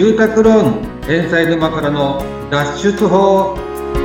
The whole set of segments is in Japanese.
住宅ローン返済沼からの脱出法。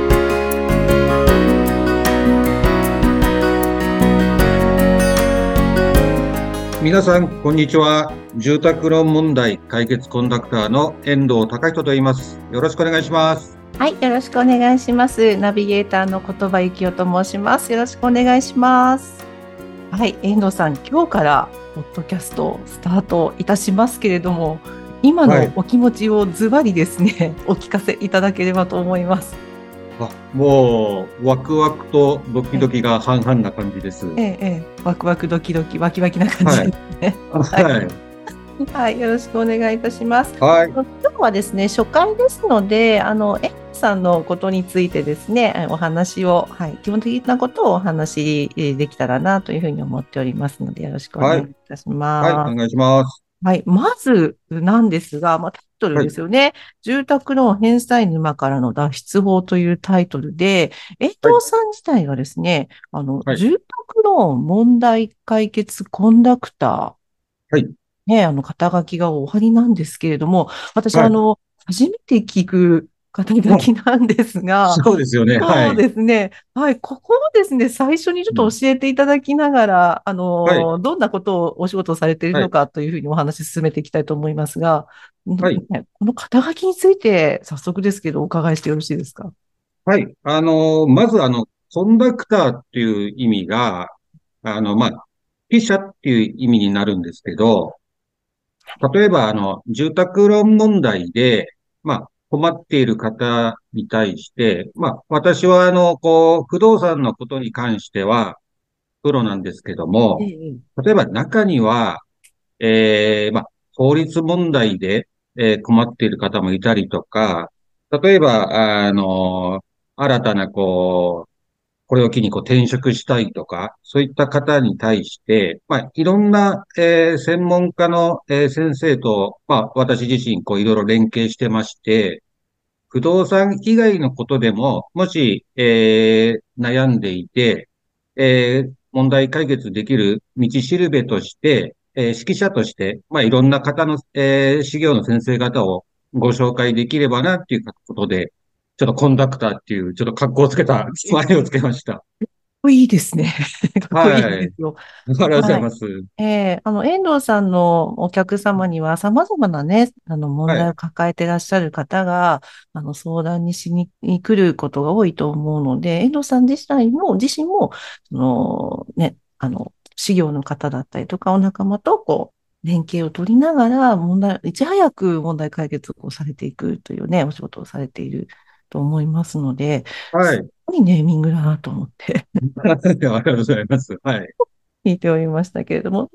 皆さんこんにちは。住宅ローン問題解決コンダクターの遠藤隆人と言います。よろしくお願いします。 はい、よろしくお願いします。ナビゲーターの言葉幸男と申します。よろしくお願いします。はい、遠藤さん、今日からポッドキャストスタートいたしますけれども、今はい。 のお気持ちをズバリですね、お聞かせいただければと思います。 もうワクワクとドキえ、 ドキが半々な感じです。 ワクワクドキドキ、ワキワキな感じはい。 ですね。はい。 はい。 はい、よろしくお願いいたします。 はい。 今日はですね、初回ですので、エッさんのことについてですね、お話を、はい、基本的なことをお話しできたらなというふうに思っておりますので、よろしくお願いいはい。 たしはい。おます。 願いします。 はい、まずなんですが、タイトルはい。 ですよね。住宅ローン返済沼からの脱出法というタイトルで、遠藤はい。 さん自体がですね、 はい。 住宅ローン問題解決コンダクタはい。 ー、ね、肩書きがおありなんですけれども、私はい。 初めて聞く肩書きなんですが、 そうですよね。はそうい。 ですね。はい。ここをですね、最初にちょっとうん。 教えていただきながら、 はい。 どんなことをお仕事をされているはい。 のかというふうにお話し進めていきたいと思いますが、 はい。 ね、この肩書きについて早速ですけど、お伺いしてよろしいですか？ はい。まずコンダクターっていう意味が、記者っていう意味になるんですけど、例えば、住宅ローン問題で、困っている方に対して、私は、不動産のことに関しては、プロなんですけども、 ええ、 例えば中には、法律問題で、困っている方もいたりとか、例えば、新たな、これを機に転職したいとか、そういった方に対して、いろんな、専門家の、先生と、私自身、いろいろ連携してまして、不動産以外のことでも、もし、悩んでいて、問題解決できる道しるべとして、指揮者として、いろんな方の、事業の先生方をご紹介できればなっていうことで、ちょっとコンダクターっていう、ちょっと格好をつけた、名前をつけました。 こいいですね。かっこいいんはい。ありですよ。 がとうございはい。 ます。 遠藤さんのお客様には様々なね、問はい。 題を抱えていらっしゃる方が、相談にしに来ることが多いと思うので、遠藤さん自身も、事業の方だったりとか、お仲間と、連携を取りながら、いち早く問題解決をされていくというね、お仕事をされていると思いますので、すはい。 ごいネーミングだなと思って。 ありがとうございます。はい。 聞いておりましたけれども、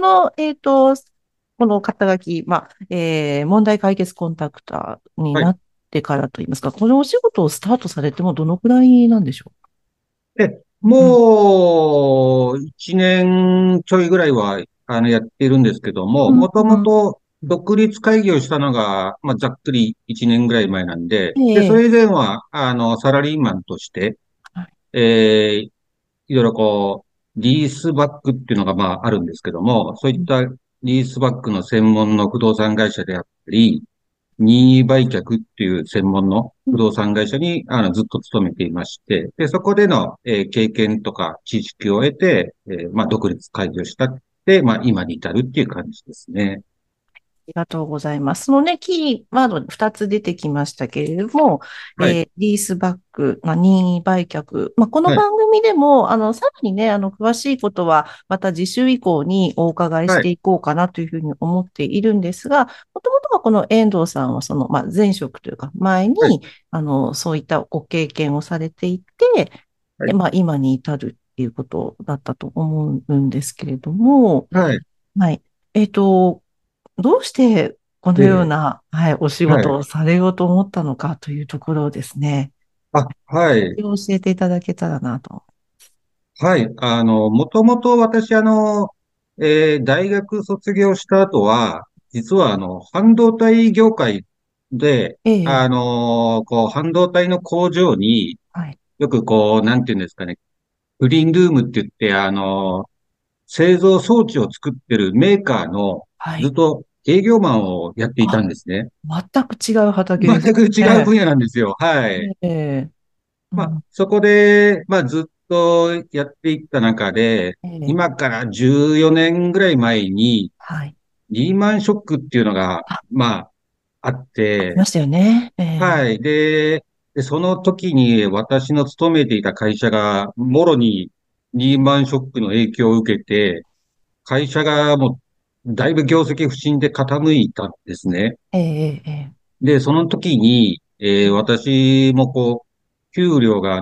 この肩書き、問題解決コンタクターにはい。 なってからといいますか、このお仕事をスタートされてもどのくらいなんでしょう？うん。 もう、一年ちょいぐらいは、やっているんですけども、 うん、 もともうん。 と独立会議をしたのが、ざっくり一年ぐらい前なんで、で、そええ、 れ以前は、サラリーマンとして、 はい。 いろいろリースバックっていうのがあるんですけども、そういったリースバックの専門の不動産会社であったり、任意売却っていう専門の不動産会社にずっと勤めていまして、で、そこでの、経験とか知識を得て、独立開業したって、今に至るっていう感じですね。 りがとうございます。そのね、キーワード2つ出てきましたけれども、 はい、 リースバック、任意売却。このはい、 番組でも、さらにね、詳しいことは、また次週以降にお伺いしはい、 ていこうかなというふうに思っているんですが、もともとはこの遠藤さんは、前職というか、前はい、 に、そういったご経験をされていて、で、 はい、 今に至るっていうことだったと思うんですけれども、 はい。 はい。どうしてこのようで、 な、はい、お仕はい。 事をされようと思ったのかというところをですね、 はい、 教えていただけたらなと。 はい。もともと私、大学卒業した後は、実は、半導体業界で、 ええ、 半導体の工場に、 はい、 よくなんていうんですかね、クリーンルームって言って、製造装置を作ってるメーカーの、 はい、 ずっと営業マンをやっていたあ、 んですね。 全く違う畑です全く違うね。 分野なんですよ。はい。 ええ、うまあ、 ん、 そこで、まあ、ずっとやっていった中で、 ええ、 今から14年ぐらい前に、 はい。 リーマンショックっていうのが、 あ、 まあ、あって、 ありましたよね。ええ、 はい。その時に私の勤めていた会社が、もろにリーマンショックの影響を受けて、会社がもう、だいぶ業績不振で傾いたんですね。 ええ、ええ、 で、その時に、私も給料が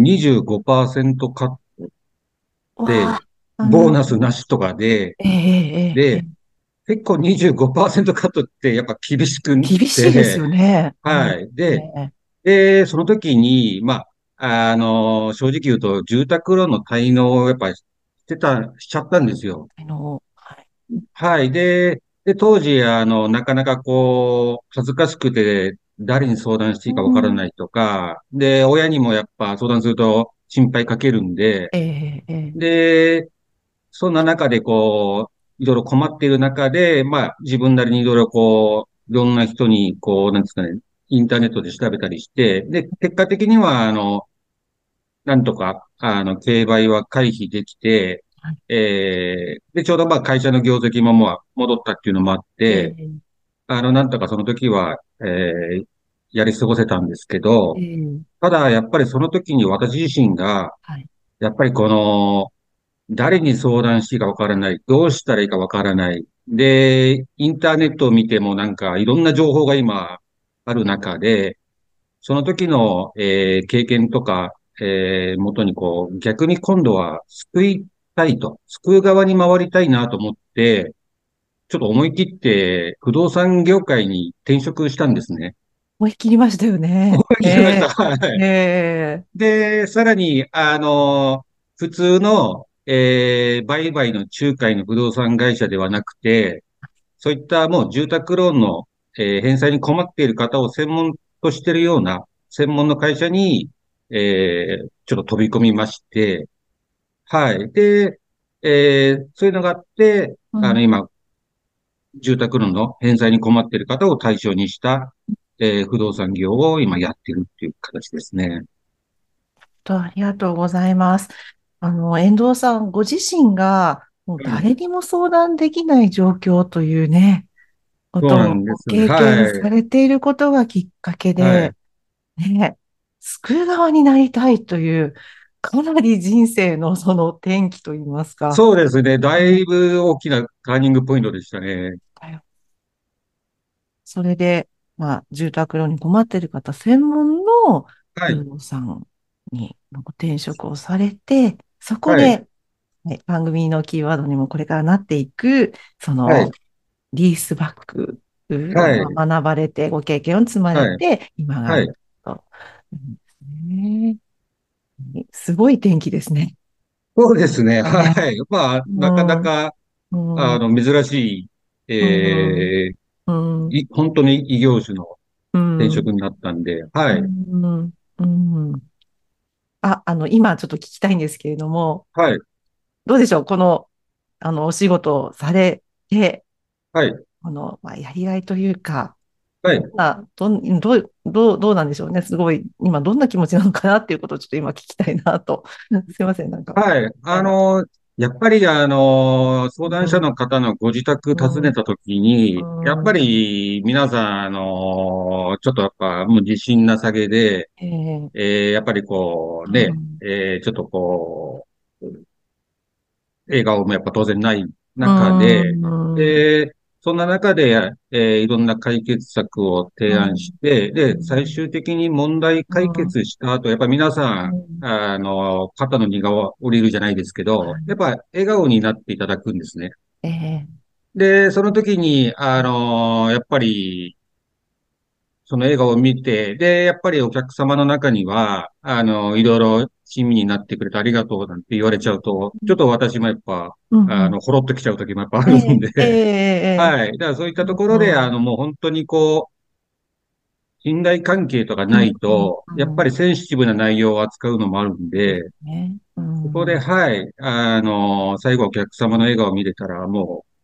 25%カットで、 わあ、 ボーナスなしとかで、 ええ、ええ、えで、 え、 結構25%カットってやっぱ厳しくっ厳しいですて、 よね。 はい。 ええ、 その時に、正直言うと、住宅ローンの滞納をやっぱりしちゃったんですよ。 はい。 はい。当時、なかなか恥ずかしくて、誰に相談していいかわからうん、 ないとか、で、親にもやっぱ相談すると心配かけるんで、 ええ、ええ、 で、そんな中でいろいろ困っている中で、まあ、自分なりにいろいろいろんな人になんですかね、インターネットで調べたりして、で、結果的には、なんとか、競売は回避できて、 はい。 で、ちょうどまあ会社の業績もまあ戻ったっていうのもあって、 ええ、 なんとかその時は、やり過ごせたんですけど、 ええ、 ただやっぱりその時に私自身が、 はい。 やっぱり誰に相談していいかわからない、どうしたらいいかわからない。で、インターネットを見てもなんかいろんな情報が今ある中で、その時の、経験とか、元に逆に今度は救いたいと、救う側に回りたいなと思って、ちょっと思い切って不動産業界に転職したんですね。 思い切りましたよね。 思い切りました。 ええ、 はい。 ええ、 で、さらに、普通の、売買の仲介の不動産会社ではなくて、そういったもう住宅ローンの、返済に困っている方を専門としているような専門の会社に、ちょっと飛び込みまして、はい。で、そういうのがあって、 うん。 今、住宅ローンの返済に困っている方を対象にした、不動産業を今やってるっていう形ですね。 ありがとうございます。遠藤さんご自身が、もうはい。 誰にも相談できない状況というね、こそうなとをんです。 経験はい。 されていることがきっかけはい。 で、ね、救う側になりたいという、かなり人生のその転機といいますか、 そうですね。だね、 いぶ大きなターニングポイントでしたね。 それで、まあ、住宅ローンに困っている方専門のはい。 不動産に転職をされて、そこはい。 で、ね、番組のキーワードにもこれからなっていく、そのはい。 リースバックをはい。 学ばれて、ご経験を積まれはい。 て、今があるはい。 と。うんですね。すごい天気ですね。 そうですね。はね。 い。まあ、なかなうん、 か、 うん、うん、 珍しい、 うん、うん、 本当に異業種のうん、 転職になったんで、はうい。 ん、うん。今ちょっと聞きたいんですけれども、 はい。 どうでしょうこの、お仕事をされて、 はい。 まあ、やりがいというか、 はい。 どうなんでしょうね。すごい、今どんな気持ちなのかなっていうことをちょっと今聞きたいなと。すいません、なんか、 はい。 たいな。 やっぱり、相談者うん、 の方のご自宅うん、 訪ねたときに、やっぱうん、 り皆さん、ちょっとやっぱもう自信なさげで、 えー、 やっぱりうんちょっと笑顔もやっぱ当然ないう中で、 ん、 そんな中で、いろんな解決策を提案うん、 して、で、最うん、 終的に問題解うん、 決した後、やっぱ皆さん、 うん、 肩の荷が下りるじゃないですけど、やっぱ笑顔になっていただくんですね。 えー、 で、その時に、やっぱり、その映画を見て、で、やっぱりお客様の中には、いろいろ親身になってくれてありがとうなんて言われちゃうと、ちょっと私もやっぱ、 うん、うん、 ほろっときちゃう時もやっぱあるんで、 えー、えはい。だからそういったところで、 うん、 もう本当に信頼関係とかうん、 ないと、やっうん、 ぱりセンシティブな内容を扱うのもあるんですで、 ね。うそこで、 ん、 はい、最後お客様の笑顔を見れたら、もう、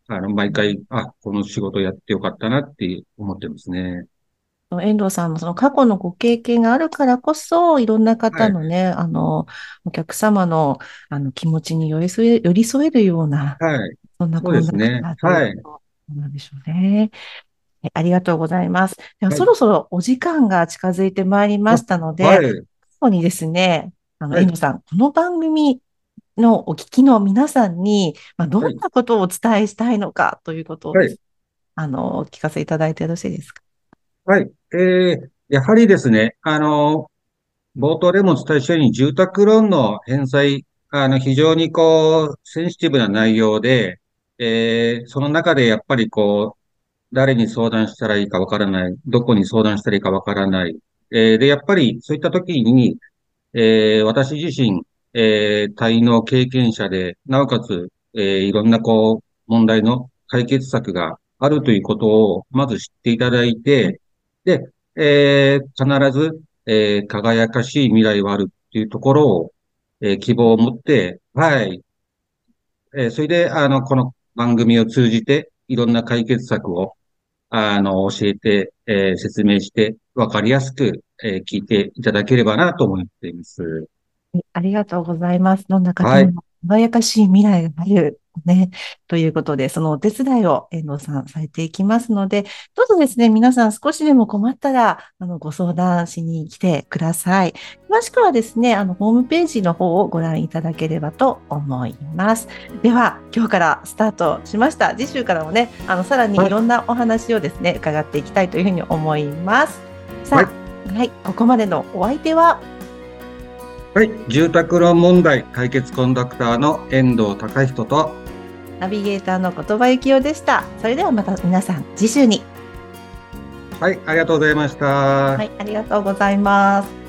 毎回、この仕事やってよかったなって思ってますね。 遠藤さんのその過去のご経験があるからこそ、いろんなはい。 方のね、お客様の、気持ちに寄り添えるような、 はい。 そんなそうでコンダクすね。 ターというはい。 ことなんでしょうね。ありがとうございます。では、 はい。 そろそろお時間が近づいてまいりまあ、 したので、 はい。 最後にですね、 はい。 遠藤さん、この番組のお聞きの皆さんに、どんはい。 なことをお伝えしたいのかということをはい。 です。お聞かせいただいてよろしいですか？ はい。やはりですね、冒頭でもお伝えしたように、住宅ローンの返済、非常にセンシティブな内容で、その中でやっぱり誰に相談したらいいかわからない、どこに相談したらいいかわからない。で、やっぱりそういった時に、私自身、滞納経験者で、なおかつ、いろんな問題の解決策があるということを、まず知っていただいて、で、必ず、輝かしい未来はあるっていうところを、希望を持って、はい、それで、この番組を通じて、いろんな解決策を、教えて、説明して、わかりやすく、聞いていただければなと思っています。 ありがとうございます。どんな方はい。 にも輝かしい未来がある。ね。ということで、そのお手伝いを遠藤さんされていきますので、どうぞですね、皆さん少しでも困ったら、ご相談しに来てください。詳しくはですね、ホームページの方をご覧いただければと思います。では、今日からスタートしました。次週からもね、さらにはい。 いろんなお話をですね、伺っていきたいというふうに思います。 はい。 さあ、はい、ここまでのお相手は、 はい。住宅ローン問題解決コンダクターの遠藤隆人と、 ナビゲーターの言葉幸男でした。それではまた皆さん次週に。 はい。ありがとうございました。 はい、ありがとうございます。